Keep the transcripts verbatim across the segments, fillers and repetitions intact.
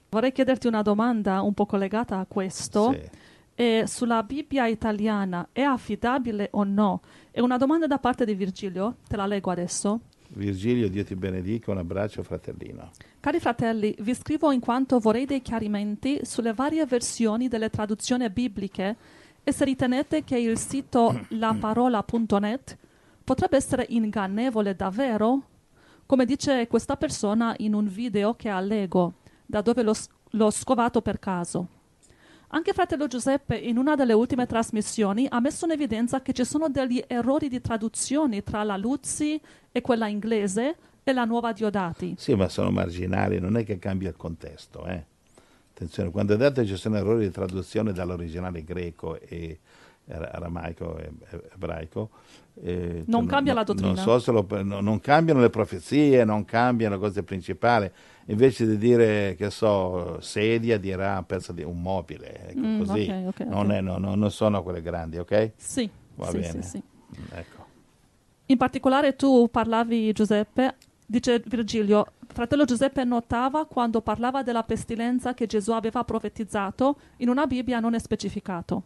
Vorrei chiederti una domanda un po' collegata a questo. Sì. E sulla Bibbia italiana è affidabile o no? È una domanda da parte di Virgilio, te la leggo adesso. Virgilio, Dio ti benedica, un abbraccio fratellino. Cari fratelli, vi scrivo in quanto vorrei dei chiarimenti sulle varie versioni delle traduzioni bibliche e se ritenete che il sito laparola punto net potrebbe essere ingannevole davvero, come dice questa persona in un video che allego, da dove l'ho, l'ho scovato per caso. Anche fratello Giuseppe, in una delle ultime trasmissioni, ha messo in evidenza che ci sono degli errori di traduzioni tra la Luzzi e quella inglese e la nuova Diodati. Sì, ma sono marginali, non è che cambia il contesto. Eh. Attenzione, quando è detto che ci sono errori di traduzione dall'originale greco e aramaico e ebraico, eh, non cioè, cambia no, la dottrina. Non, so se lo, no, non cambiano le profezie, non cambiano le cose principali. Invece di dire, che so, sedia, dirà pezzo di un mobile, ecco, Mm, così. okay, okay, non, okay. È, no, no, non sono quelle grandi, ok? Sì, Va sì, bene. sì, sì. Ecco. In particolare tu parlavi, Giuseppe, dice Virgilio, fratello Giuseppe notava quando parlava della pestilenza che Gesù aveva profetizzato, in una Bibbia non è specificato.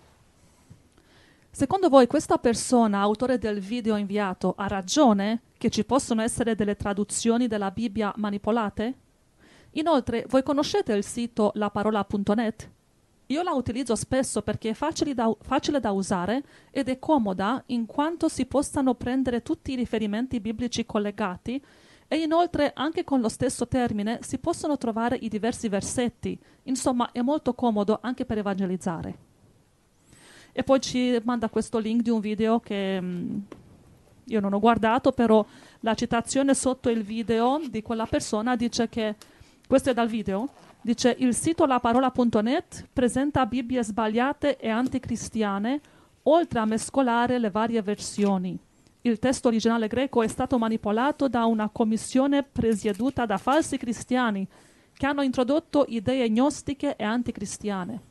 Secondo voi questa persona, autore del video inviato, ha ragione che ci possono essere delle traduzioni della Bibbia manipolate? Inoltre, voi conoscete il sito laparola punto net? Io la utilizzo spesso perché è facile da, facile da usare ed è comoda in quanto si possano prendere tutti i riferimenti biblici collegati e inoltre anche con lo stesso termine si possono trovare i diversi versetti. Insomma, è molto comodo anche per evangelizzare. E poi ci manda questo link di un video che mh, io non ho guardato, però la citazione sotto il video di quella persona dice che, questo è dal video, dice il sito laparola punto net presenta Bibbie sbagliate e anticristiane, oltre a mescolare le varie versioni. Il testo originale greco è stato manipolato da una commissione presieduta da falsi cristiani che hanno introdotto idee gnostiche e anticristiane.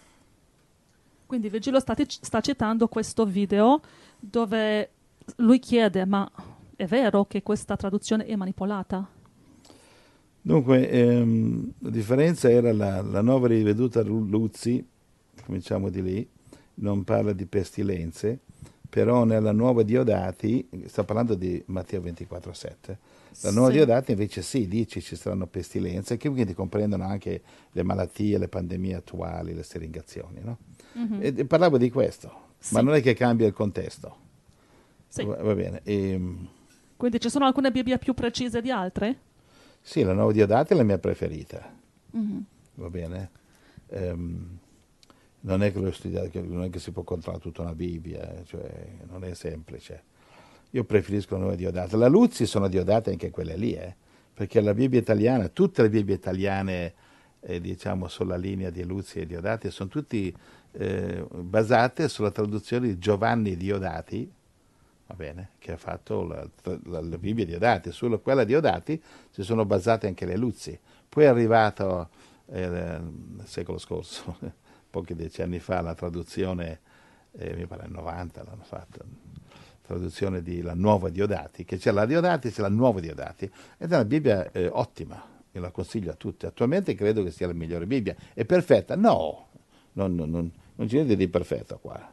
Quindi Virgilio sta, sta citando questo video dove lui chiede, ma è vero che questa traduzione è manipolata? Dunque, ehm, la differenza era la, la nuova riveduta Luzzi, cominciamo di lì, non parla di pestilenze, però nella nuova Diodati, sta parlando di Matteo ventiquattro sette, la nuova Sì. Diodati invece sì, dice ci saranno pestilenze, che quindi comprendono anche le malattie, le pandemie attuali, le steringazioni, no? Mm-hmm. E, e parlavo di questo, Sì. ma non è che cambia il contesto. Sì. Va, va bene. E, quindi ci sono alcune Bibbie più precise di altre? sì, la nuova Diodati è la mia preferita. Mm-hmm. Va bene? Um, non è che l'ho studiato, non è che si può controllare tutta una Bibbia, cioè non è semplice. Io preferisco la nuova Diodati. La Luzzi sono Diodate anche quelle lì, eh, perché la Bibbia italiana, tutte le Bibbie italiane, eh, diciamo, sulla linea di Luzzi e Diodati, sono tutte eh, basate sulla traduzione di Giovanni Diodati, va bene, che ha fatto la, la, la Bibbia Diodati. Su quella Diodati si sono basate anche le Luzzi. Poi è arrivato eh, nel secolo scorso, pochi decenni fa, la traduzione, eh, mi pare nel novanta l'hanno fatta, traduzione di La Nuova Diodati, che c'è la Diodati, c'è la Nuova Diodati, ed è una Bibbia eh, ottima, io la consiglio a tutti. Attualmente credo che sia la migliore Bibbia. È perfetta? No, non, non, non, non ci niente di perfetto qua.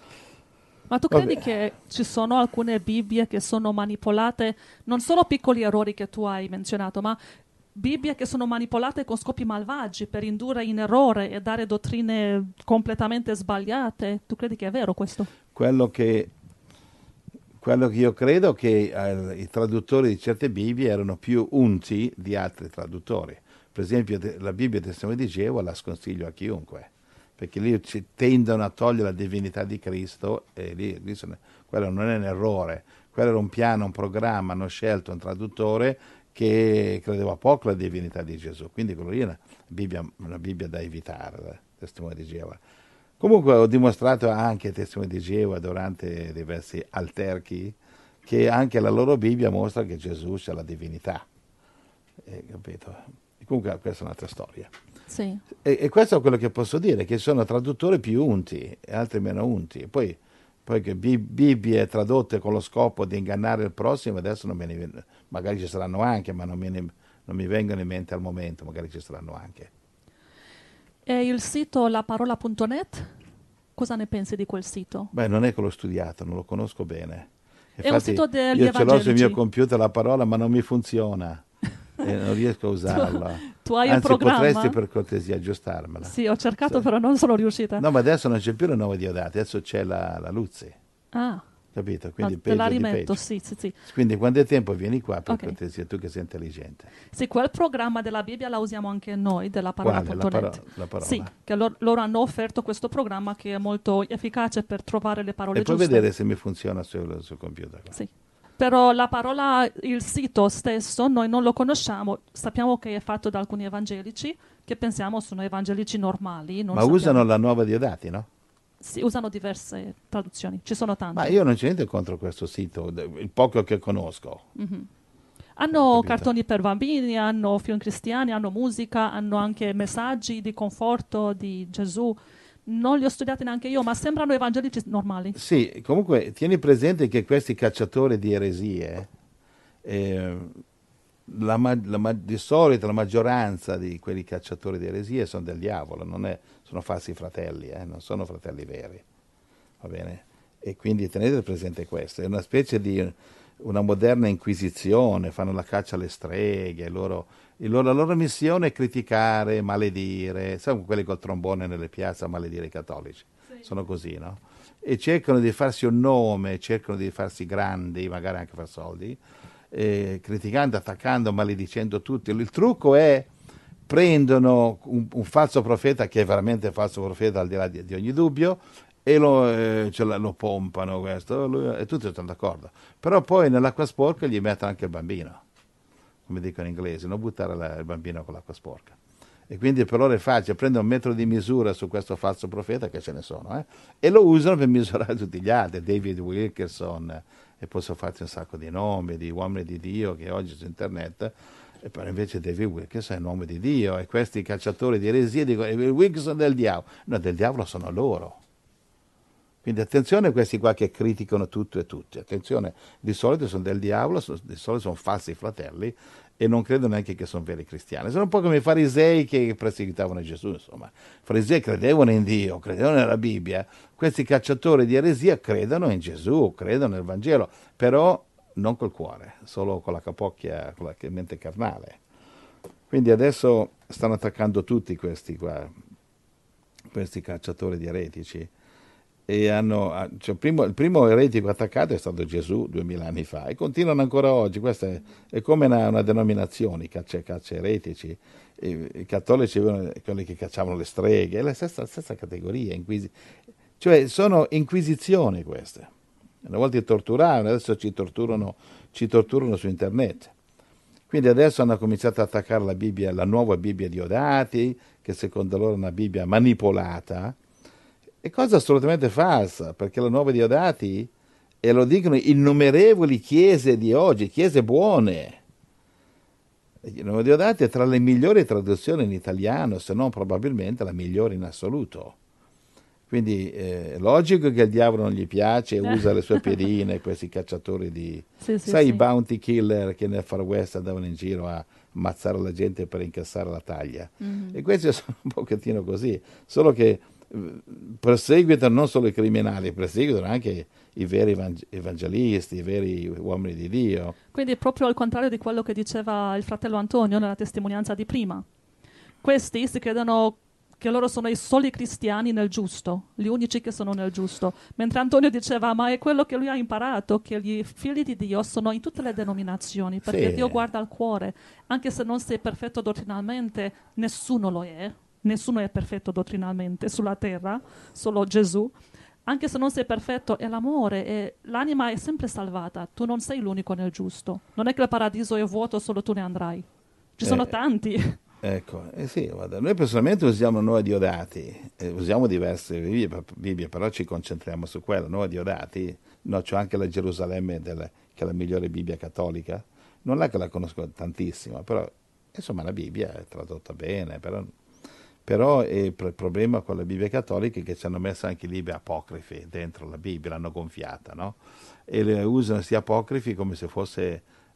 Ma tu credi che ci sono alcune Bibbie che sono manipolate, non solo piccoli errori che tu hai menzionato, ma Bibbie che sono manipolate con scopi malvagi per indurre in errore e dare dottrine completamente sbagliate? Tu credi che è vero questo? Quello che, quello che io credo che eh, i traduttori di certe Bibbie erano più unti di altri traduttori. Per esempio la Bibbia Testimone di Geova la sconsiglio a chiunque, perché lì ci tendono a togliere la divinità di Cristo e lì, lì sono, quello non è un errore, quello era un piano, un programma, hanno scelto un traduttore che credeva poco alla divinità di Gesù, quindi quello lì è una Bibbia, una Bibbia da evitare, la Testimone di Geova. Comunque ho dimostrato anche ai Testimoni di Geova durante diversi alterchi che anche la loro Bibbia mostra che Gesù c'è la divinità, eh, capito? Comunque questa è un'altra storia. Sì. E, e questo è quello che posso dire, che sono traduttori più unti e altri meno unti. E poi, poi che Bibbie tradotte con lo scopo di ingannare il prossimo, adesso non me ne, magari ci saranno anche, ma non me ne, non mi vengono in mente al momento, magari ci saranno anche. E il sito laparola punto net, cosa ne pensi di quel sito? Beh, non è che l'ho studiato, non lo conosco bene. È un Infatti sito degli io ce l'ho sul mio evangelici. computer la parola, ma non mi funziona e non riesco a usarla. Tu hai il Anzi, programma? potresti per cortesia aggiustarmela. Sì, ho cercato, Sì. però non sono riuscita. No, ma adesso non c'è più la nuova Diodati, adesso c'è la, la Luzzi, Ah, capito? no, Quindi te la peggio di rimetto, peggio. sì, sì, sì. Quindi quando è tempo vieni qua per Ok. cortesia, tu che sei intelligente. Sì, quel programma della Bibbia la usiamo anche noi, della parola Quale? punto La, net. paro- la parola? Sì, che loro, loro hanno offerto questo programma che è molto efficace per trovare le parole E puoi giuste. vedere se mi funziona sul, sul computer. Qua. Sì. Però la parola, il sito stesso, noi non lo conosciamo, sappiamo che è fatto da alcuni evangelici, che pensiamo sono evangelici normali. Non Ma sappiamo. usano la nuova Diodati, no? Sì, usano diverse traduzioni, ci sono tante. Ma io non c'è niente contro questo sito, il poco che conosco. Mm-hmm. Hanno Capito? cartoni per bambini, hanno film cristiani, hanno musica, hanno anche messaggi di conforto di Gesù. Non li ho studiati neanche io, ma sembrano evangelici normali. Sì, comunque tieni presente che questi cacciatori di eresie, eh, la, ma- la ma- di solito la maggioranza di quelli cacciatori di eresie sono del diavolo, non è- sono falsi fratelli, eh, non sono fratelli veri, va bene? E quindi tenete presente questo, è una specie di una moderna inquisizione, fanno la caccia alle streghe, loro, il loro- la loro missione è criticare, maledire, sai quelli col trombone nelle piazze a maledire i cattolici, sono così, no? E cercano di farsi un nome, cercano di farsi grandi, magari anche far soldi, eh, criticando, attaccando, maledicendo tutti. Il trucco è prendono un, un falso profeta che è veramente falso profeta al di là di, di ogni dubbio e lo, eh, ce la- lo pompano questo, lui- e tutti sono d'accordo. Però poi nell'acqua sporca gli mettono anche il bambino, come dicono in inglese, non buttare la- il bambino con l'acqua sporca. E quindi per loro è facile, prendere un metro di misura su questo falso profeta, che ce ne sono, eh, e lo usano per misurare tutti gli altri, David Wilkerson, eh, e posso farti un sacco di nomi, di uomini di Dio che oggi su internet, e però invece David Wilkerson è un uomo di Dio, e questi cacciatori di eresie dicono, "Eh, Wilkerson è del diavolo", no, del diavolo sono loro. Quindi attenzione a questi qua che criticano tutto e tutti, attenzione, di solito sono del diavolo, so- di solito sono falsi fratelli e non credo neanche che sono veri cristiani. Sono un po' come i farisei che perseguitavano Gesù, insomma. I farisei credevano in Dio, credevano nella Bibbia, questi cacciatori di eresia credono in Gesù, credono nel Vangelo, però non col cuore, solo con la capocchia, con la mente carnale. Quindi adesso stanno attaccando tutti questi qua, questi cacciatori di eretici. E hanno, cioè, il, primo, il primo eretico attaccato è stato Gesù duemila anni fa e continuano ancora oggi. Questa è, è come una, una denominazione, i caccia, caccia eretici. I, i cattolici avevano quelli che cacciavano le streghe, è la stessa, stessa categoria, inquisi, cioè sono inquisizioni queste. Una volta ti torturavano, adesso ci torturano, ci torturano su internet. Quindi adesso hanno cominciato ad attaccare la Bibbia, la nuova Bibbia di Diodati, che secondo loro è una Bibbia manipolata. È cosa assolutamente falsa, perché la nuova Diodati, e lo dicono innumerevoli chiese di oggi, chiese buone. La nuova Diodati è tra le migliori traduzioni in italiano, se non probabilmente la migliore in assoluto. Quindi è logico che il diavolo non gli piace e usa le sue pedine, questi cacciatori di... Sì, sì, sai, sì. i bounty killer che nel Far West andavano in giro a ammazzare la gente per incassare la taglia. Mhm. E questi sono un pochettino così, solo che perseguitano non solo i criminali, perseguitano anche i veri evangelisti, i veri uomini di Dio. Quindi è proprio al contrario di quello che diceva il fratello Antonio nella testimonianza di prima. Questi si credono che loro sono i soli cristiani nel giusto, gli unici che sono nel giusto, mentre Antonio diceva ma è quello che lui ha imparato, che gli figli di Dio sono in tutte le denominazioni, perché Sì. Dio guarda al cuore, anche se non sei perfetto dottrinalmente, nessuno lo è, nessuno è perfetto dottrinalmente sulla terra, solo Gesù. Anche se non sei perfetto, è l'amore, e l'anima è sempre salvata. Tu non sei l'unico nel giusto. Non è che il paradiso è vuoto, solo tu ne andrai. Ci sono Eh, tanti. Ecco, eh sì, guarda, noi personalmente usiamo Nuova Diodati, eh, usiamo diverse Bibbie, Bibbie, però ci concentriamo su quella, Nuova Diodati. No, c'è anche la Gerusalemme, del, che è la migliore Bibbia cattolica. Non è che la conosco tantissimo, però insomma la Bibbia è tradotta bene, però... Però il problema con le Bibbie cattoliche è che ci hanno messo anche i libri apocrifi dentro la Bibbia, l'hanno gonfiata, no? E le usano questi apocrifi come se fosse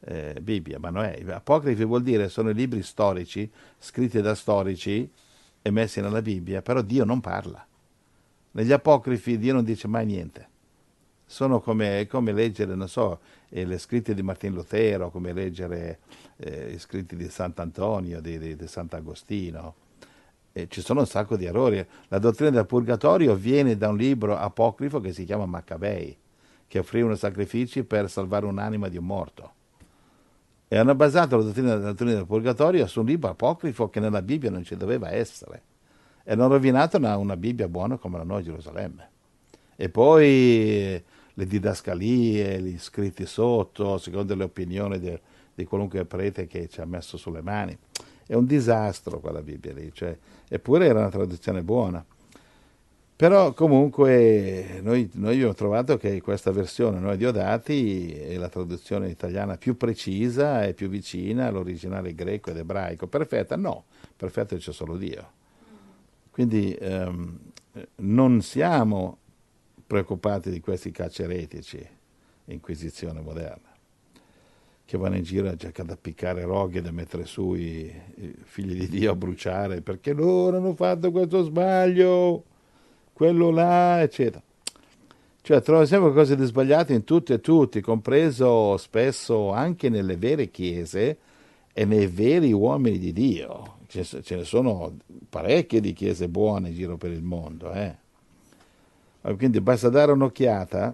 eh, Bibbia, ma non è. Apocrifi vuol dire sono i libri storici, scritti da storici e messi nella Bibbia, però Dio non parla. Negli apocrifi Dio non dice mai niente. Sono come, come leggere, non so, eh, le scritte di Martin Lutero, come leggere eh, i scritti di Sant'Antonio, di, di, di Sant'Agostino. E ci sono un sacco di errori. La dottrina del purgatorio viene da un libro apocrifo che si chiama Maccabei, che offrivano sacrifici per salvare un'anima di un morto. E hanno basato la dottrina, la dottrina del purgatorio su un libro apocrifo che nella Bibbia non ci doveva essere. E hanno rovinato una, una Bibbia buona come la Nuova Gerusalemme. E poi le didascalie, gli scritti sotto, secondo le opinioni de, di qualunque prete che ci ha messo sulle mani. È un disastro quella Bibbia lì, cioè, eppure era una traduzione buona. Però comunque noi, noi abbiamo trovato che questa versione Noi Diodati è la traduzione italiana più precisa e più vicina all'originale greco ed ebraico. Perfetta? No, perfetto c'è solo Dio. Quindi ehm, non siamo preoccupati di questi cacceretici, inquisizione moderna, che vanno in giro a cercare di appiccare roghi e da mettere su i, i figli di Dio a bruciare perché loro hanno fatto questo sbaglio, quello là, eccetera. Cioè trovo sempre cose di sbagliate in tutti e tutti, compreso spesso anche nelle vere chiese e nei veri uomini di Dio. Ce ne sono parecchie di chiese buone in giro per il mondo, eh. Quindi basta dare un'occhiata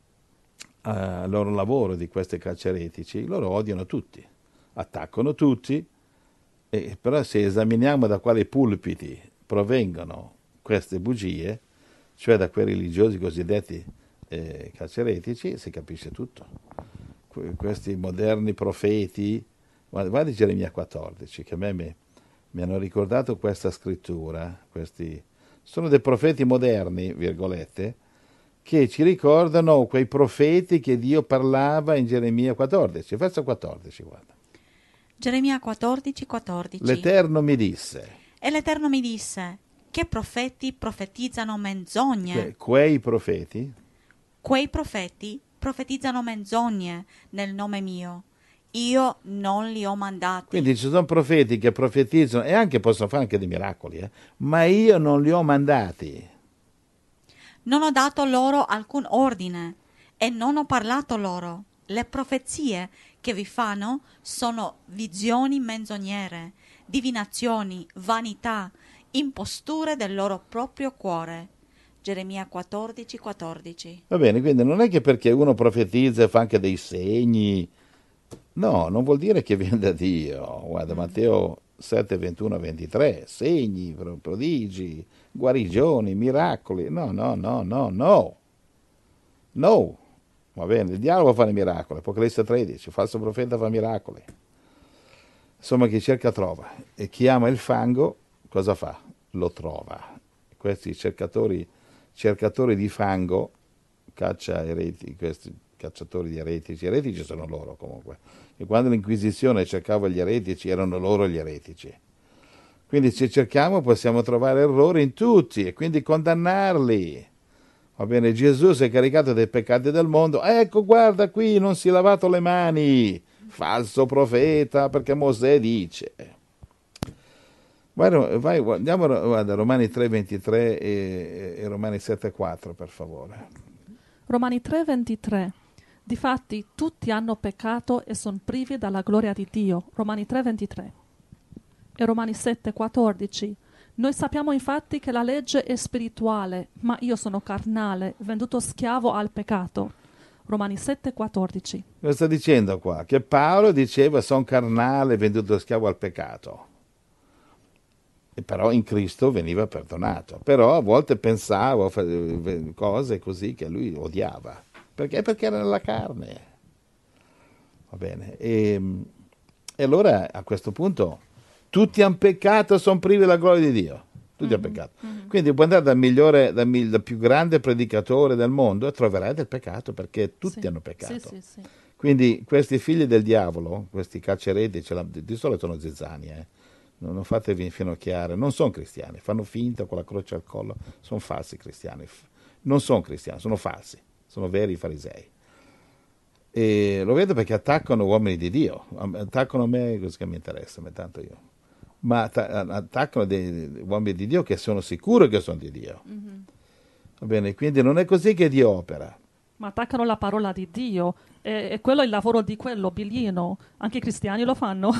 al loro lavoro di questi cacceretici. Loro odiano tutti, attaccano tutti, e però se esaminiamo da quali pulpiti provengono queste bugie, cioè da quei religiosi cosiddetti eh, cacceretici, si capisce tutto. Que- questi moderni profeti, guarda di Geremia quattordici, che a me mi, mi hanno ricordato questa scrittura, questi sono dei profeti moderni, virgolette, che ci ricordano quei profeti che Dio parlava in Geremia quattordici. Verso quattordici, guarda. Geremia quattordici, quattordici. L'Eterno mi disse. E l'Eterno mi disse, che profeti profetizzano menzogne. Che quei profeti? Quei profeti profetizzano menzogne nel nome mio. Io non li ho mandati. Quindi ci sono profeti che profetizzano e anche possono fare anche dei miracoli, eh? Ma io non li ho mandati. Non ho dato loro alcun ordine e non ho parlato loro. Le profezie che vi fanno sono visioni menzognere, divinazioni, vanità, imposture del loro proprio cuore. Geremia quattordici, quattordici. Va bene, quindi non è che perché uno profetizza e fa anche dei segni. No, non vuol dire che viene da Dio. Guarda, Matteo sette, ventuno a ventitré, segni, prodigi, guarigioni, miracoli. No, no, no, no, no. No. Va bene, il diavolo fa i miracoli. Apocalisse tredici, il falso profeta fa miracoli. Insomma, chi cerca trova. E chi ama il fango, cosa fa? Lo trova. Questi cercatori, cercatori di fango, caccia ereti, questi cacciatori di eretici, eretici sono loro comunque, e quando l'Inquisizione cercava gli eretici erano loro gli eretici. Quindi se cerchiamo possiamo trovare errori in tutti e quindi condannarli. Va bene, Gesù si è caricato dei peccati del mondo, ecco guarda qui non si è lavato le mani, falso profeta, perché Mosè dice. Guarda, vai, andiamo a Romani tre ventitré e, e Romani sette quattro per favore. Romani tre ventitré. Difatti tutti hanno peccato e sono privi dalla gloria di Dio. Romani tre ventitré. E Romani sette quattordici. Noi sappiamo infatti che la legge è spirituale, ma io sono carnale, venduto schiavo al peccato. Romani sette quattordici. Cosa sta dicendo qua? Che Paolo diceva sono carnale, venduto schiavo al peccato. E però in Cristo veniva perdonato. Però a volte pensava cose così che lui odiava. Perché? Perché era nella carne. Va bene. E, e allora a questo punto tutti hanno peccato, sono privi della gloria di Dio. Tutti mm-hmm. hanno peccato. Mm-hmm. Quindi puoi andare dal migliore, dal, dal più grande predicatore del mondo e troverai del peccato perché tutti sì. hanno peccato. Sì, sì, sì. Quindi questi figli del diavolo, questi caccereti, di solito sono zizzani, eh. non, non fatevi infinocchiare, non sono cristiani, fanno finta con la croce al collo, sono falsi cristiani. Non sono cristiani, sono falsi. Sono veri farisei. E lo vedo perché attaccano uomini di Dio, attaccano me, così che mi interessa, ma tanto io. Ma attaccano dei, dei uomini di Dio che sono sicuri che sono di Dio. Mm-hmm. Va bene, quindi non è così che Dio opera. Ma attaccano la parola di Dio, e, e quello è il lavoro di quello, Biglino. Anche i cristiani lo fanno.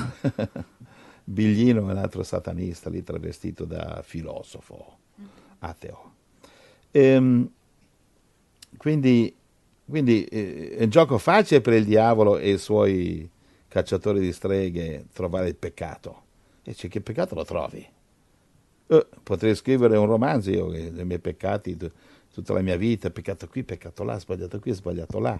Biglino è un altro satanista, lì travestito da filosofo, ateo. Ehm, quindi quindi eh, è un gioco facile per il diavolo e i suoi cacciatori di streghe trovare il peccato. E c'è che peccato lo trovi? Eh, potrei scrivere un romanzo io, dei miei peccati, tutta la mia vita, peccato qui, peccato là, sbagliato qui, sbagliato là.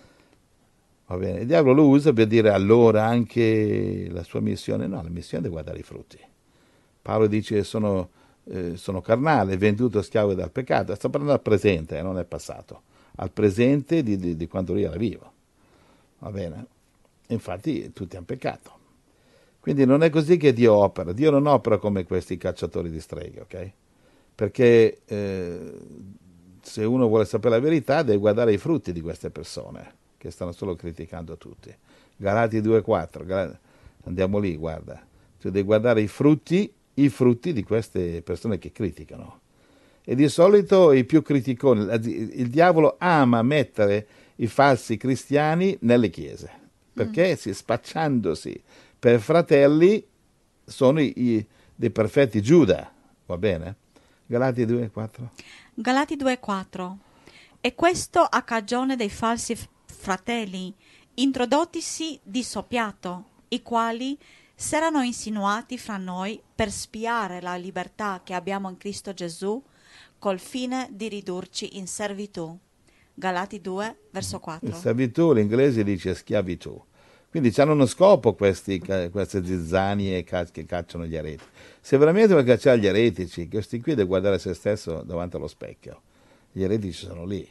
Va bene, il diavolo lo usa per dire allora anche la sua missione, no, la missione è guardare i frutti. Paolo dice sono, eh, sono carnale, venduto schiavo dal peccato, sta parlando al presente, eh, non al passato, al presente di, di, di quando lui era vivo. Va bene? Infatti tutti hanno peccato. Quindi non è così che Dio opera, Dio non opera come questi cacciatori di streghe, ok? Perché eh, se uno vuole sapere la verità deve guardare i frutti di queste persone che stanno solo criticando tutti. Galati due quattro, andiamo lì, guarda. Tu devi guardare i frutti, i frutti di queste persone che criticano. E di solito i più criticoni, il diavolo ama mettere i falsi cristiani nelle chiese, perché mm. si, spacciandosi per fratelli sono i, i, dei perfetti Giuda, va bene? Galati due quattro. Galati due quattro. E questo a cagione dei falsi fratelli, introdottisi di soppiatto, i quali s'erano insinuati fra noi per spiare la libertà che abbiamo in Cristo Gesù, col fine di ridurci in servitù. Galati due, verso quattro. In servitù, l'inglese dice schiavitù. Quindi hanno uno scopo questi, queste zizzanie che cacciano gli ereti. Se veramente vuoi cacciare gli eretici, questi qui devono guardare se stesso davanti allo specchio. Gli eretici sono lì.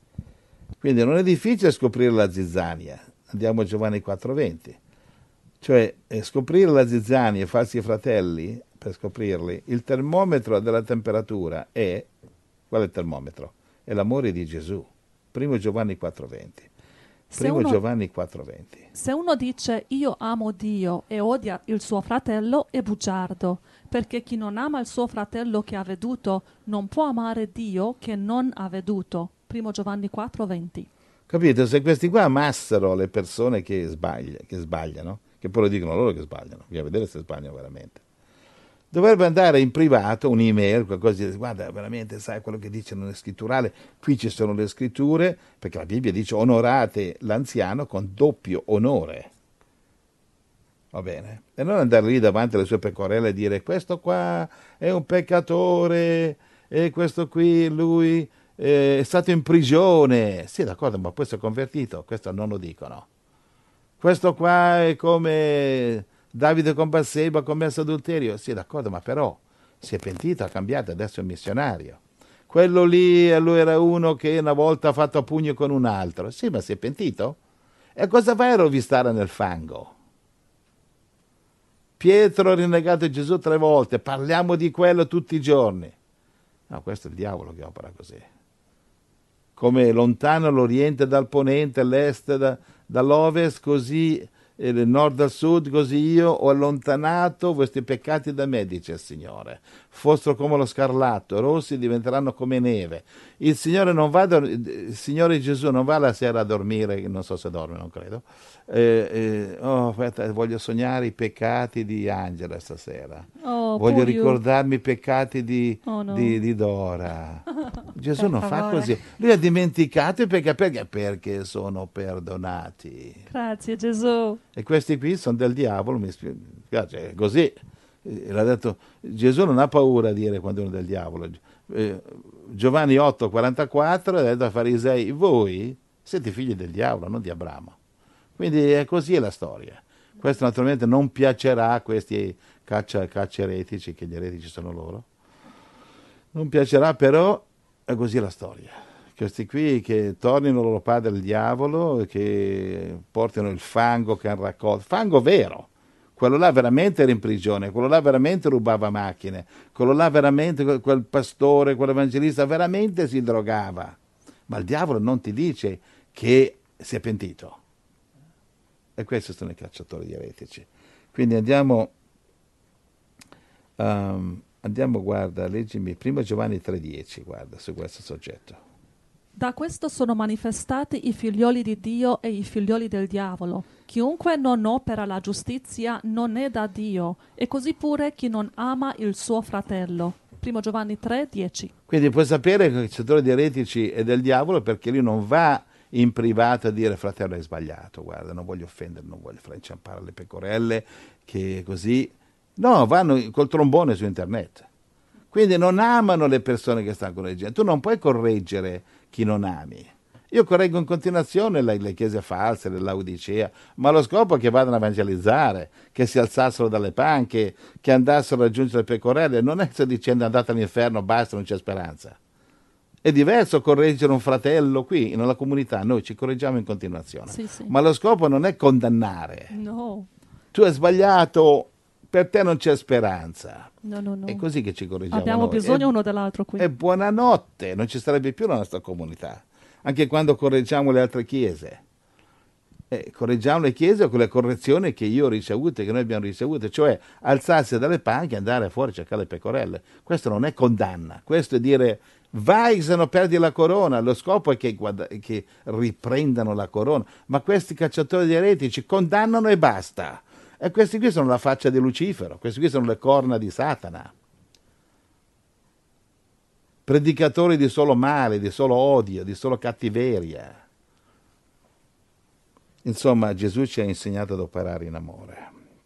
Quindi non è difficile scoprire la zizzania. Andiamo a Giovanni quattro venti. Cioè, eh, scoprire la zizzania, i falsi fratelli, per scoprirli, il termometro della temperatura è, qual è il termometro? È l'amore di Gesù. Primo Giovanni quattro venti. Primo uno, Giovanni quattro venti. Se uno dice io amo Dio e odia il suo fratello è bugiardo, perché chi non ama il suo fratello che ha veduto non può amare Dio che non ha veduto. Primo Giovanni quattro venti. Capito? Se questi qua amassero le persone che, sbaglia, che sbagliano, che poi lo dicono loro che sbagliano, bisogna vedere se sbagliano veramente. Dovrebbe andare in privato, un'email, qualcosa di guarda, veramente sai quello che dice nelle scritturale, qui ci sono le scritture, perché la Bibbia dice onorate l'anziano con doppio onore. Va bene? E non andare lì davanti alle sue pecorelle e dire questo qua è un peccatore, e questo qui, lui eh, è stato in prigione. Sì, d'accordo, ma poi si è convertito, questo non lo dicono. Questo qua è come Davide con Batseba ha commesso adulterio. Sì, d'accordo, ma però si è pentito, ha cambiato, adesso è un missionario. Quello lì, lui era uno che una volta ha fatto a pugno con un altro. Sì, ma si è pentito? E cosa vai a rovistare nel fango? Pietro ha rinnegato Gesù tre volte, parliamo di quello tutti i giorni. No, questo è il diavolo che opera così. Come lontano l'Oriente dal Ponente, l'Est da, dall'Ovest, così il nord dal sud, così io ho allontanato questi peccati da me, dice il Signore. Fossero come lo scarlatto, rossi diventeranno come neve. Il Signore non va, il Signore Gesù non va la sera a dormire, non so se dorme, non credo. Eh, eh, oh, aspetta, voglio sognare i peccati di Angela stasera. Oh, voglio ricordarmi i peccati di, oh, no. di, di Dora. Gesù Per non favore. fa così. Lui ha dimenticato i peccati perché? Perché sono perdonati. Grazie Gesù. E questi qui sono del diavolo, mi spiace, è così. Eh, l'ha detto, Gesù non ha paura a dire quando uno è del diavolo. Eh, Giovanni otto quarantaquattro ha detto ai farisei, voi siete figli del diavolo, non di Abramo. Quindi è così la storia. Questo naturalmente non piacerà a questi caccia, caccia eretici, che gli eretici sono loro. Non piacerà, però è così la storia. Questi qui che tornino loro padre il diavolo, che portano il fango che hanno raccolto, fango vero, quello là veramente era in prigione, quello là veramente rubava macchine, quello là veramente, quel pastore, quell'evangelista veramente si drogava, ma il diavolo non ti dice che si è pentito, E questi sono i cacciatori di eretici. Quindi andiamo, um, andiamo, guarda, leggimi primo Giovanni tre dieci, guarda, su questo soggetto. Da questo sono manifestati i figlioli di Dio e i figlioli del diavolo. Chiunque non opera la giustizia non è da Dio, e così pure chi non ama il suo fratello. primo Giovanni tre dieci. Quindi puoi sapere che il cacciatore di eretici è del diavolo, perché lui non va in privato a dire fratello hai sbagliato, guarda, non voglio offendere, non voglio far inciampare le pecorelle, che così... No, vanno col trombone su internet. Quindi non amano le persone che stanno correggendo. Tu non puoi correggere chi non ami. Io correggo in continuazione le, le chiese false, le Laodicea, ma lo scopo è che vadano a evangelizzare, che si alzassero dalle panche, che andassero a raggiungere le pecorelle. Non è sto dicendo andate all'inferno, basta, non c'è speranza. È diverso correggere un fratello qui, nella comunità, noi ci correggiamo in continuazione. Sì, sì. Ma lo scopo non è condannare. No. Tu hai sbagliato, per te non c'è speranza. No, no, no. È così che ci correggiamo Abbiamo noi. bisogno E, uno dell'altro qui. E buonanotte, non ci sarebbe più la nostra comunità. Anche quando correggiamo le altre chiese. Eh, correggiamo le chiese con le correzioni che io ho ricevuto, che noi abbiamo ricevuto, cioè alzarsi dalle panche e andare fuori a cercare le pecorelle. Questo non è condanna, questo è dire vai se no perdi la corona. Lo scopo è che, guarda, che riprendano la corona, ma questi cacciatori di eretici condannano e basta. E questi qui sono la faccia di Lucifero, questi qui sono le corna di Satana. Predicatori di solo male, di solo odio, di solo cattiveria. Insomma, Gesù ci ha insegnato ad operare in amore.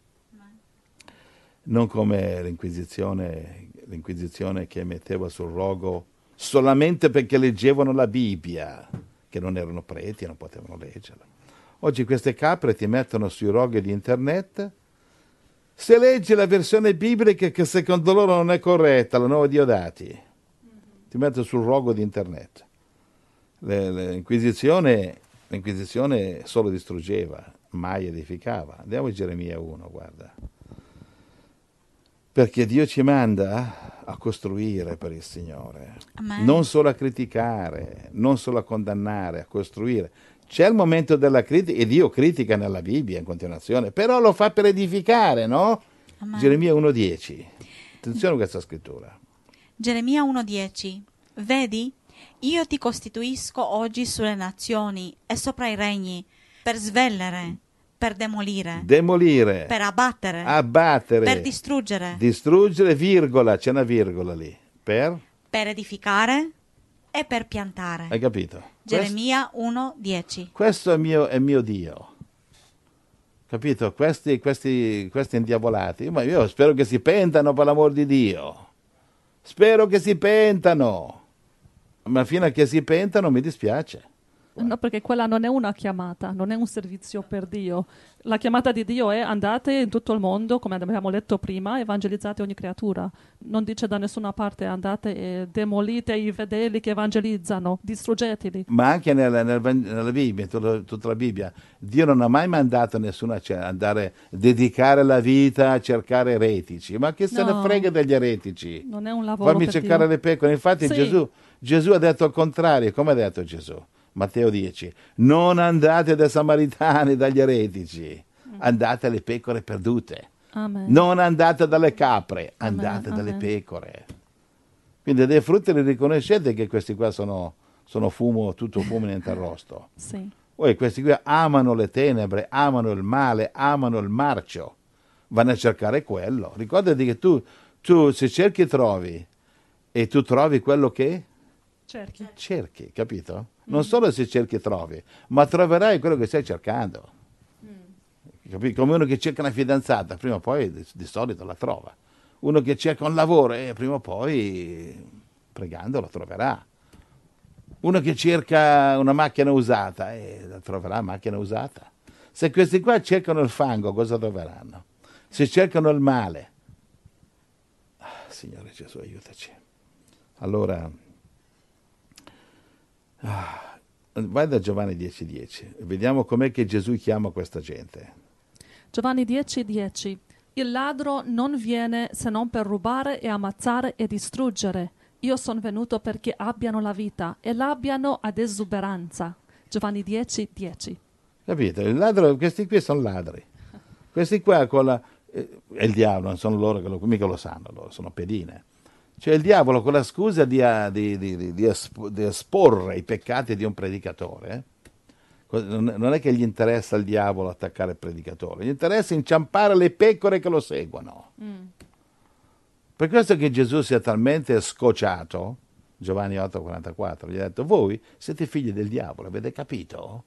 Non come l'Inquisizione, l'Inquisizione che metteva sul rogo solamente perché leggevano la Bibbia, che non erano preti e non potevano leggerla. Oggi queste capre ti mettono sui roghi di internet. Se leggi la versione biblica che secondo loro non è corretta, la nuova Diodati, ti metto sul rogo di internet. Le, le, l'Inquisizione, l'Inquisizione solo distruggeva, mai edificava. Andiamo a Geremia uno, guarda. Perché Dio ci manda a costruire per il Signore. Amen. Non solo a criticare, non solo a condannare, a costruire. C'è il momento della critica, e Dio critica nella Bibbia in continuazione, però lo fa per edificare, no? Amen. Geremia uno dieci. Attenzione a questa scrittura. Geremia uno dieci. Vedi, io ti costituisco oggi sulle nazioni e sopra i regni, per svellere, per demolire, Demolire, per abbattere, abbattere, per distruggere, distruggere, virgola, c'è una virgola lì, per? per edificare e per piantare. Hai capito? Geremia uno dieci. Questo è mio, è mio Dio. Capito? Questi, questi, questi indiavolati, ma io spero che si pentano per l'amor di Dio. Spero che si pentano. Ma fino a che si pentano mi dispiace. No, perché quella non è una chiamata, non è un servizio per Dio. La chiamata di Dio è andate in tutto il mondo, come abbiamo letto prima, evangelizzate ogni creatura. Non dice da nessuna parte andate e demolite i fedeli che evangelizzano, distruggeteli. Ma anche nella, nella, nella Bibbia, tutta, tutta la Bibbia, Dio non ha mai mandato nessuno a cioè, andare a dedicare la vita a cercare eretici. Ma che se No, ne frega degli eretici? non è un lavoro Fammi per cercare Dio. le pecore. Infatti Sì. Gesù, Gesù ha detto il contrario. Come ha detto Gesù? Matteo dieci. Non andate dai samaritani, dagli eretici. Andate alle pecore perdute. Amen. Non andate dalle capre, Amen, andate dalle amen. pecore. Quindi dai frutti li riconoscete che questi qua sono, sono fumo, tutto fumo e niente arrosto. Sì. Poi questi qui amano le tenebre, amano il male, amano il marcio. Vanno a cercare quello. Ricordati che tu, tu se cerchi trovi, e tu trovi quello che Cerchi. cerchi, capito? Non solo se cerchi trovi, ma troverai quello che stai cercando. Capi? Come uno che cerca una fidanzata, prima o poi di, di solito la trova. Uno che cerca un lavoro e prima o poi, pregando, lo troverà. Uno che cerca una macchina usata e la troverà macchina usata. Se questi qua cercano il fango, cosa troveranno? Se cercano il male. Ah, Signore Gesù, aiutaci. Allora, ah, vai da Giovanni dieci dieci, vediamo com'è che Gesù chiama questa gente. Giovanni dieci dieci. Il ladro non viene se non per rubare e ammazzare e distruggere. Io sono venuto perché abbiano la vita e l'abbiano ad esuberanza. Giovanni dieci dieci. Capito? Il ladro, questi qui sono ladri. Questi qua con la... Eh, è il diavolo, non sono loro che lo, mica lo sanno, loro sono pedine. Cioè il diavolo con la scusa di, di, di, di, di, esp- di esporre i peccati di un predicatore, eh? Non è che gli interessa al diavolo attaccare il predicatore, gli interessa inciampare le pecore che lo seguono. Mm. Per questo che Gesù si è talmente scocciato, Giovanni otto quarantaquattro, gli ha detto: voi siete figli del diavolo, avete capito?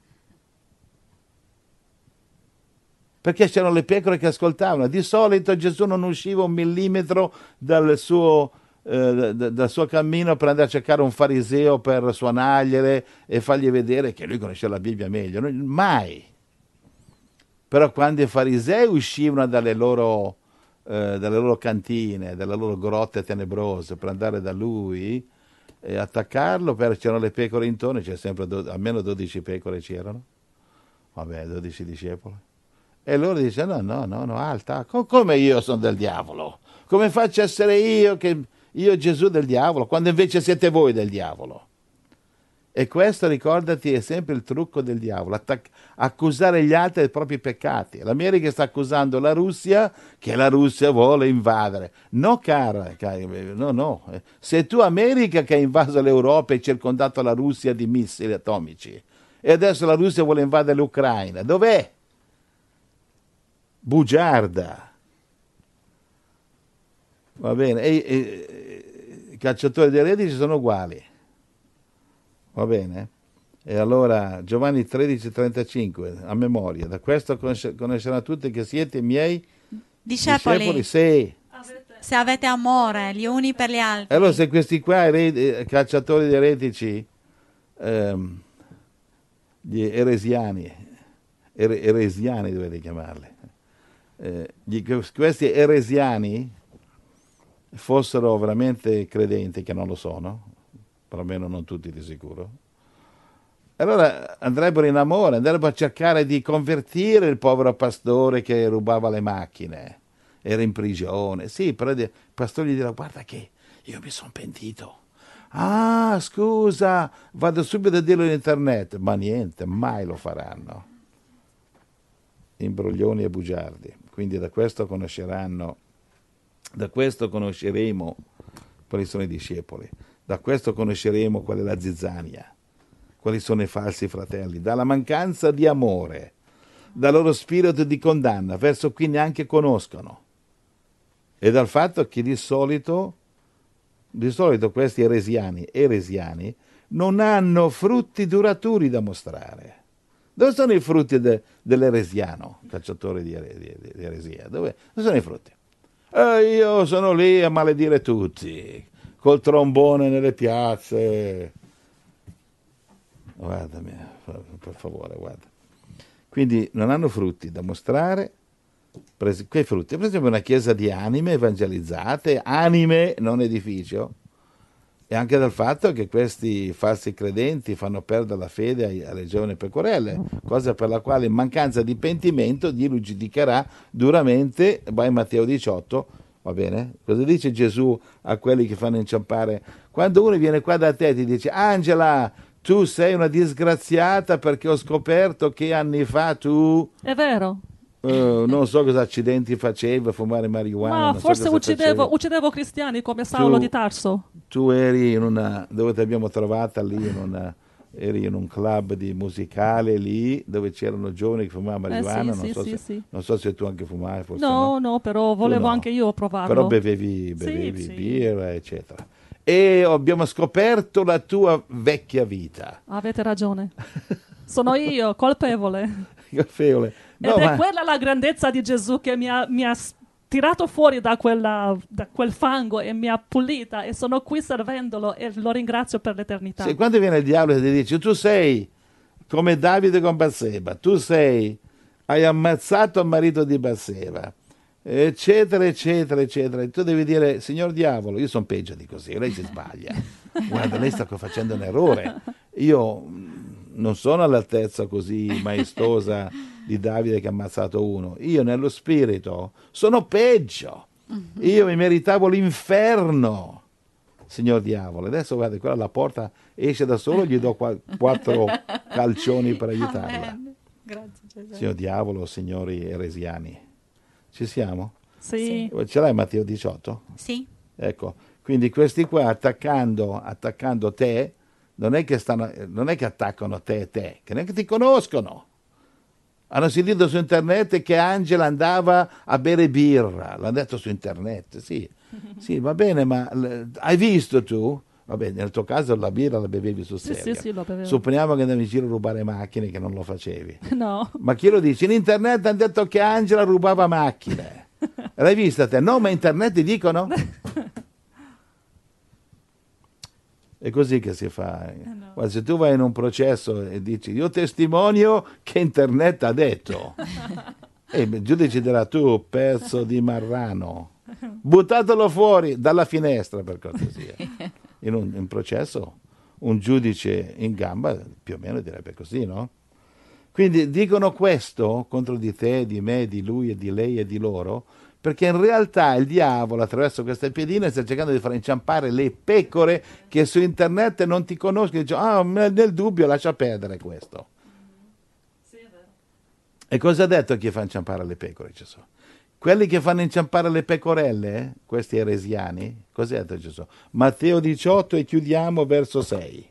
Perché c'erano le pecore che ascoltavano. Di solito Gesù non usciva un millimetro dal suo, eh, dal suo cammino per andare a cercare un fariseo per suonargliele e fargli vedere che lui conosceva la Bibbia meglio. Mai. Però quando i farisei uscivano dalle loro, eh, dalle loro cantine, dalle loro grotte tenebrose per andare da lui e attaccarlo, perché c'erano le pecore intorno, c'è sempre do- almeno dodici pecore c'erano. Vabbè, dodici discepoli. E loro dicono: no, no, no, no, alta, come io sono del diavolo? Come faccio a essere io, che io Gesù del diavolo, quando invece siete voi del diavolo? E questo, ricordati, è sempre il trucco del diavolo, attac- accusare gli altri dei propri peccati. L'America sta accusando la Russia che la Russia vuole invadere. No, cara, cara no, no. Sei tu, America, che hai invaso l'Europa e circondato la Russia di missili atomici. E adesso la Russia vuole invadere l'Ucraina. Dov'è? Bugiarda. Va bene, e, e, i cacciatori di eretici sono uguali. Va bene? E allora Giovanni tredici trentacinque, a memoria: da questo conosceranno tutti che siete i miei discepoli, discepoli se... se avete amore gli uni per gli altri. Allora, se questi qua ere- cacciatori di eretici, ehm, gli eresiani, ere- eresiani dovete chiamarli, eh, gli, questi eresiani fossero veramente credenti, che non lo sono, perlomeno non tutti di sicuro, allora andrebbero in amore, andrebbero a cercare di convertire il povero pastore che rubava le macchine, era in prigione. Sì, però il pastore gli dirà: guarda che io mi sono pentito. Ah, scusa, vado subito a dirlo in internet. Ma niente, mai lo faranno. Imbroglioni e bugiardi. Quindi da questo conosceranno, da questo conosceremo quali sono i discepoli. Da questo conosceremo qual è la zizzania, quali sono i falsi fratelli, dalla mancanza di amore, dal loro spirito di condanna, verso cui neanche conoscono, e dal fatto che di solito, di solito questi eresiani, eresiani non hanno frutti duraturi da mostrare. Dove sono i frutti de, dell'eresiano, cacciatore di, di, di eresia? Dove, dove sono i frutti? Eh, io sono lì a maledire tutti, col trombone nelle piazze. Guardami, per favore, guarda. Quindi non hanno frutti da mostrare. Presi, quei frutti, per esempio, una chiesa di anime evangelizzate, anime, non edificio, e anche dal fatto che questi falsi credenti fanno perdere la fede ai, alle giovani pecorelle, cosa per la quale, in mancanza di pentimento, Dio lo giudicherà duramente. Vai in Matteo diciotto, va bene? Cosa dice Gesù a quelli che fanno inciampare? Quando uno viene qua da te e ti dice: Angela, tu sei una disgraziata perché ho scoperto che anni fa tu... È vero. Uh, non so cosa accidenti faceva, fumare marijuana. Ma non forse so uccidevo, uccidevo cristiani come Saulo tu, di Tarso. Tu eri in una... dove ti abbiamo trovata lì, in una, eri in un club di musicale lì, dove c'erano giovani che fumavano marijuana. Eh sì, non, sì, so sì, se, sì. non so se tu anche fumavi, forse no. no. No, però volevo no. anche io provarlo. Però bevevi, bevevi sì, birra, eccetera. E abbiamo scoperto la tua vecchia vita. Avete ragione. Sono io, colpevole. Colpevole. No, Ed ma... è quella la grandezza di Gesù, che mi ha, mi ha tirato fuori da, quella, da quel fango e mi ha pulita, e sono qui servendolo e lo ringrazio per l'eternità. Sì, quando viene il diavolo e ti dice: tu sei come Davide con Batseba, tu sei, hai ammazzato il marito di Batseba, eccetera, eccetera, eccetera, e tu devi dire: signor diavolo, io sono peggio di così, lei si sbaglia. Guarda, lei sta facendo un errore. Io non sono all'altezza così maestosa di Davide che ha ammazzato uno. Io nello spirito sono peggio. Io mi meritavo l'inferno, signor diavolo. Adesso guarda, quella alla porta esce da solo, gli do qua, quattro calcioni per aiutarla. Grazie, Gesù. Signor diavolo, signori eresiani. Ci siamo? Sì. Ce l'hai Matteo diciotto? Sì. Ecco, quindi questi qua attaccando, attaccando te, non è che stanno, non è che attaccano te e te, che neanche ti conoscono. Hanno sentito su internet che Angela andava a bere birra, l'hanno detto su internet, sì, sì, va bene, ma l- hai visto tu? Vabbè, nel tuo caso la birra la bevevi sul Sì, serio. sì, sì, lo bevevo. Supponiamo che andavi in giro a rubare macchine, che non lo facevi. No. Ma chi lo dice? In internet hanno detto che Angela rubava macchine. L'hai vista te? No, ma in internet ti dicono? È così che si fa. no. Guarda, se tu vai in un processo e dici io testimonio che internet ha detto, e il giudice dirà tu, pezzo di marrano, buttatelo fuori dalla finestra per cortesia. In un in processo un giudice in gamba più o meno direbbe così, no? Quindi dicono questo contro di te, di me, di lui e di lei e di loro, perché in realtà il diavolo attraverso queste piedine sta cercando di far inciampare le pecore che su internet non ti conoscono, dice ah, nel dubbio lascia perdere questo. Sì, è vero. E cosa ha detto chi fa inciampare le pecore, Gesù? Quelli che fanno inciampare le pecorelle, questi eresiani, cos'è detto Gesù? Matteo diciotto e chiudiamo verso sei.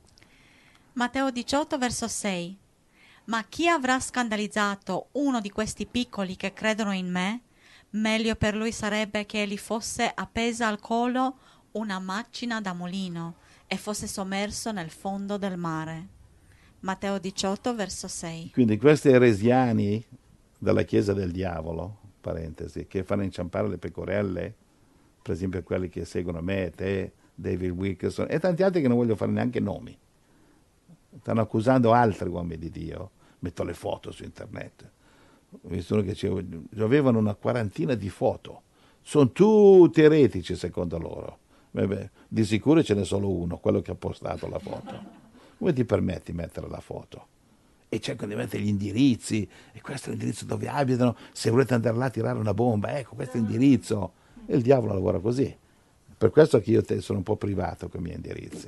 Matteo diciotto, verso sei. Ma chi avrà scandalizzato uno di questi piccoli che credono in me, meglio per lui sarebbe che gli fosse appesa al collo una macina da mulino e fosse sommerso nel fondo del mare. Matteo diciotto, verso sei. Quindi questi eresiani della Chiesa del Diavolo, parentesi, che fanno inciampare le pecorelle, per esempio quelli che seguono me, te, David Wilkerson e tanti altri che non voglio fare neanche nomi, stanno accusando altri uomini di Dio, metto le foto su internet, ho visto uno che c'è- avevano una quarantina di foto, sono tutti eretici secondo loro. Beh, beh, di sicuro ce n'è solo uno, quello che ha postato la foto. Come ti permetti di mettere la foto? E cercano di mettere gli indirizzi, e questo è l'indirizzo dove abitano, se volete andare là a tirare una bomba, ecco questo è l'indirizzo. E il diavolo lavora così. Per questo che io te sono un po' privato con i miei indirizzi.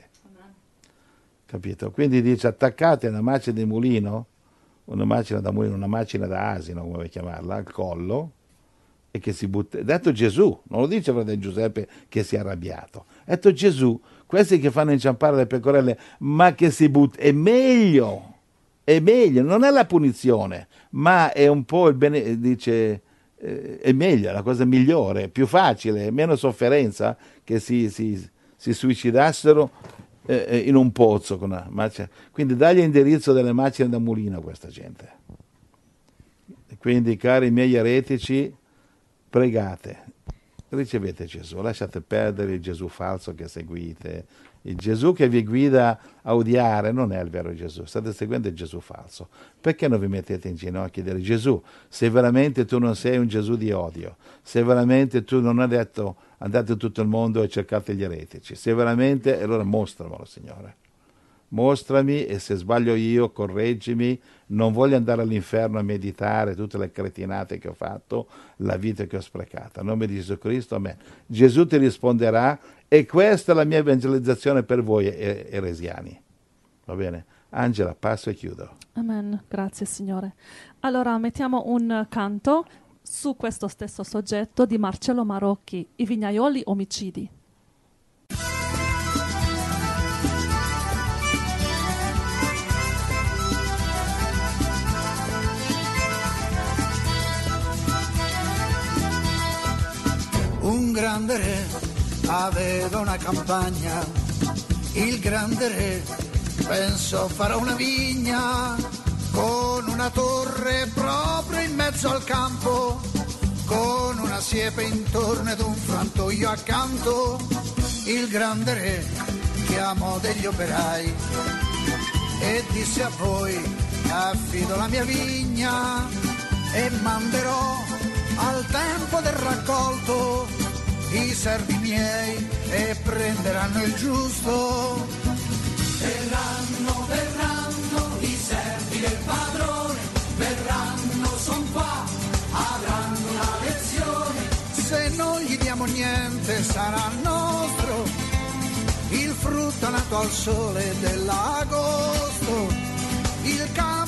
Capito? Quindi dice attaccate una macina di mulino, una macina da mulino, una macina da asino, come vuoi chiamarla, al collo, e che si butta. Detto Gesù, non lo dice fratello Giuseppe che si è arrabbiato. Detto Gesù, questi che fanno inciampare le pecorelle, ma che si butta, è meglio. È meglio, non è la punizione, ma è un po' il bene, dice, eh, è meglio, è la cosa migliore, più facile, meno sofferenza che si, si, si suicidassero eh, in un pozzo con una macchina. Quindi dagli indirizzo delle macchine da mulino a questa gente. Quindi, cari miei eretici, pregate, ricevete Gesù, lasciate perdere il Gesù falso che seguite. Il Gesù che vi guida a odiare non è il vero Gesù, state seguendo il Gesù falso. Perché non vi mettete in ginocchio e dire Gesù, se veramente tu non sei un Gesù di odio, se veramente tu non hai detto andate in tutto il mondo e cercate gli eretici, se veramente, allora mostramelo Signore. Mostrami e se sbaglio io correggimi, non voglio andare all'inferno a meditare tutte le cretinate che ho fatto, la vita che ho sprecata. A nome di Gesù Cristo, amen. Gesù ti risponderà e questa è la mia evangelizzazione per voi e- eresiani. Va bene? Angela, passo e chiudo. Amen, grazie Signore. Allora mettiamo un canto su questo stesso soggetto di Marcello Marocchi, I vignaioli omicidi. Un grande re aveva una campagna, il grande re pensò farò una vigna con una torre proprio in mezzo al campo, con una siepe intorno ed un frantoio accanto. Il grande re chiamò degli operai e disse a voi affido la mia vigna e manderò al tempo del raccolto i servi miei e prenderanno il giusto. Verranno, verranno i servi del padrone, verranno, son qua, avranno una lezione. Se non gli diamo niente sarà nostro il frutto nato al sole dell'agosto, il campo ed il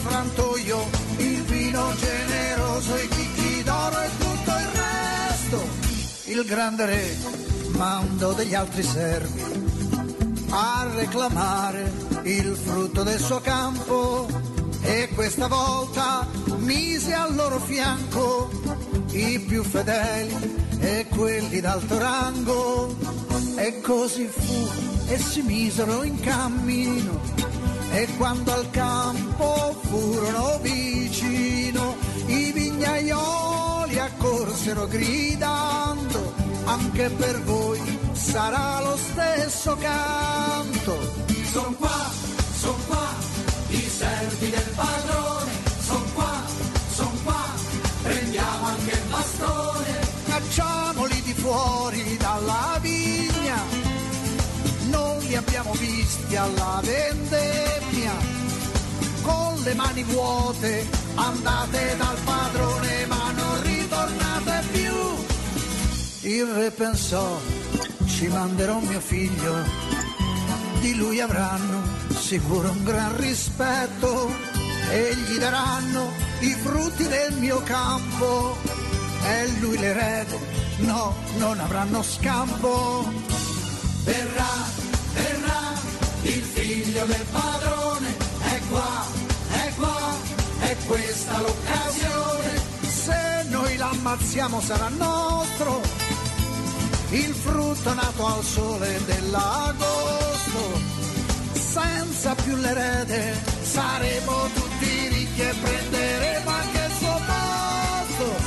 frantoio, il vino generoso, i chicchi d'oro e tutto il resto. Il grande re mandò degli altri servi a reclamare il frutto del suo campo e questa volta mise al loro fianco i più fedeli e quelli d'alto rango. E così fu e si misero in cammino e quando al campo furono vicino i vignaioli accorsero gridando: anche per voi sarà lo stesso canto. Son qua, son qua, i servi del padrone, son qua, son qua, prendiamo anche il bastone. Cacciamoli di fuori dalla vigna, non li abbiamo visti alla vendemmia. Con le mani vuote andate dal padrone ma non ritornate più. Il re pensò: ci manderò mio figlio, di lui avranno sicuro un gran rispetto e gli daranno i frutti del mio campo e lui l'erede, no, non avranno scampo. Verrà, verrà, il figlio del padrone, è qua, è qua, è questa l'occasione. Se noi l'ammazziamo sarà nostro il frutto nato al sole dell'agosto. Senza più l'erede saremo tutti ricchi e prenderemo anche il suo posto.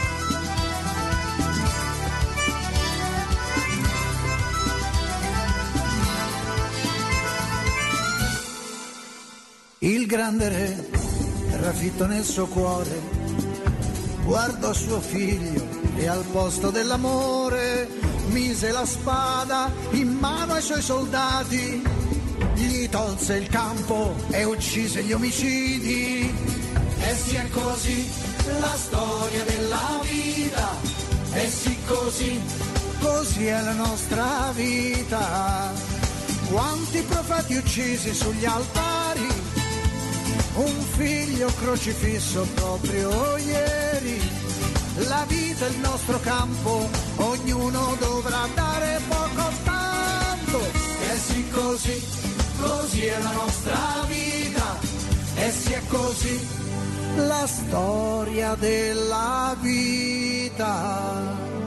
Il grande re, raffitto nel suo cuore, guardò suo figlio e al posto dell'amore mise la spada in mano ai suoi soldati, gli tolse il campo e uccise gli omicidi. E sì è così la storia della vita, e sì così, così è la nostra vita. Quanti profeti uccisi sugli altari, un figlio crocifisso proprio ieri. La vita è il nostro campo, ognuno dovrà dare poco tanto. e sì così, così è la nostra vita, e sì è così la storia della vita.